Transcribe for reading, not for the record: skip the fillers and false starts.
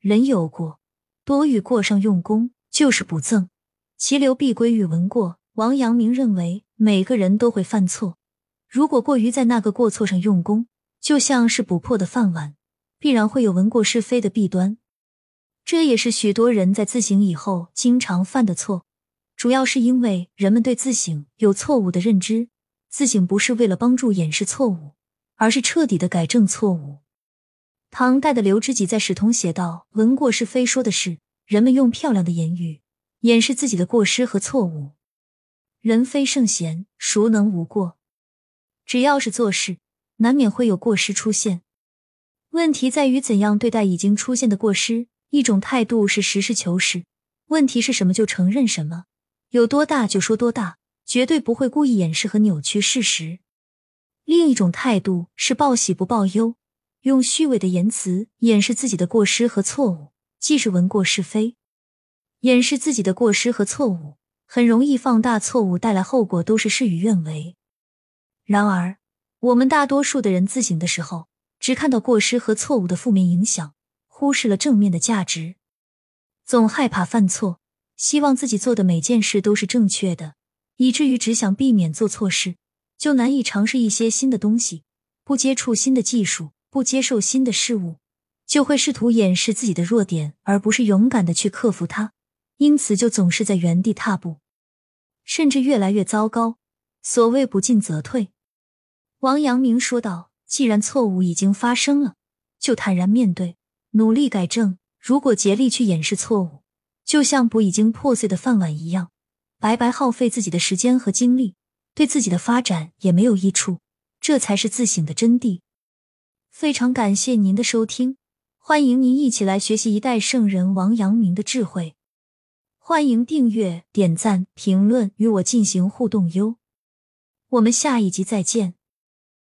人有过，多欲过上用功，就是不赠，其流必归于闻过。王阳明认为每个人都会犯错，如果过于在那个过错上用功，就像是补破的饭碗，必然会有闻过是非的弊端。这也是许多人在自省以后经常犯的错，主要是因为人们对自省有错误的认知，自省不是为了帮助掩饰错误，而是彻底的改正错误。唐代的刘知几在《史通》写道，闻过是非说的是人们用漂亮的言语掩饰自己的过失和错误。人非圣贤，孰能无过？只要是做事，难免会有过失出现。问题在于怎样对待已经出现的过失。一种态度是实事求是，问题是什么就承认什么，有多大就说多大，绝对不会故意掩饰和扭曲事实。另一种态度是报喜不报忧，用虚伪的言辞掩饰自己的过失和错误，既是闻过是非。掩饰自己的过失和错误，很容易放大错误带来后果，都是事与愿违。然而，我们大多数的人自省的时候，只看到过失和错误的负面影响，忽视了正面的价值。总害怕犯错，希望自己做的每件事都是正确的，以至于只想避免做错事，就难以尝试一些新的东西，不接触新的技术，不接受新的事物，就会试图掩饰自己的弱点，而不是勇敢的去克服它，因此就总是在原地踏步，甚至越来越糟糕。所谓不进则退。王阳明说道，既然错误已经发生了，就坦然面对，努力改正。如果竭力去掩饰错误，就像补已经破碎的饭碗一样，白白耗费自己的时间和精力，对自己的发展也没有益处，这才是自省的真谛。非常感谢您的收听，欢迎您一起来学习一代圣人王阳明的智慧。欢迎订阅、点赞、评论与我进行互动哟。我们下一集再见。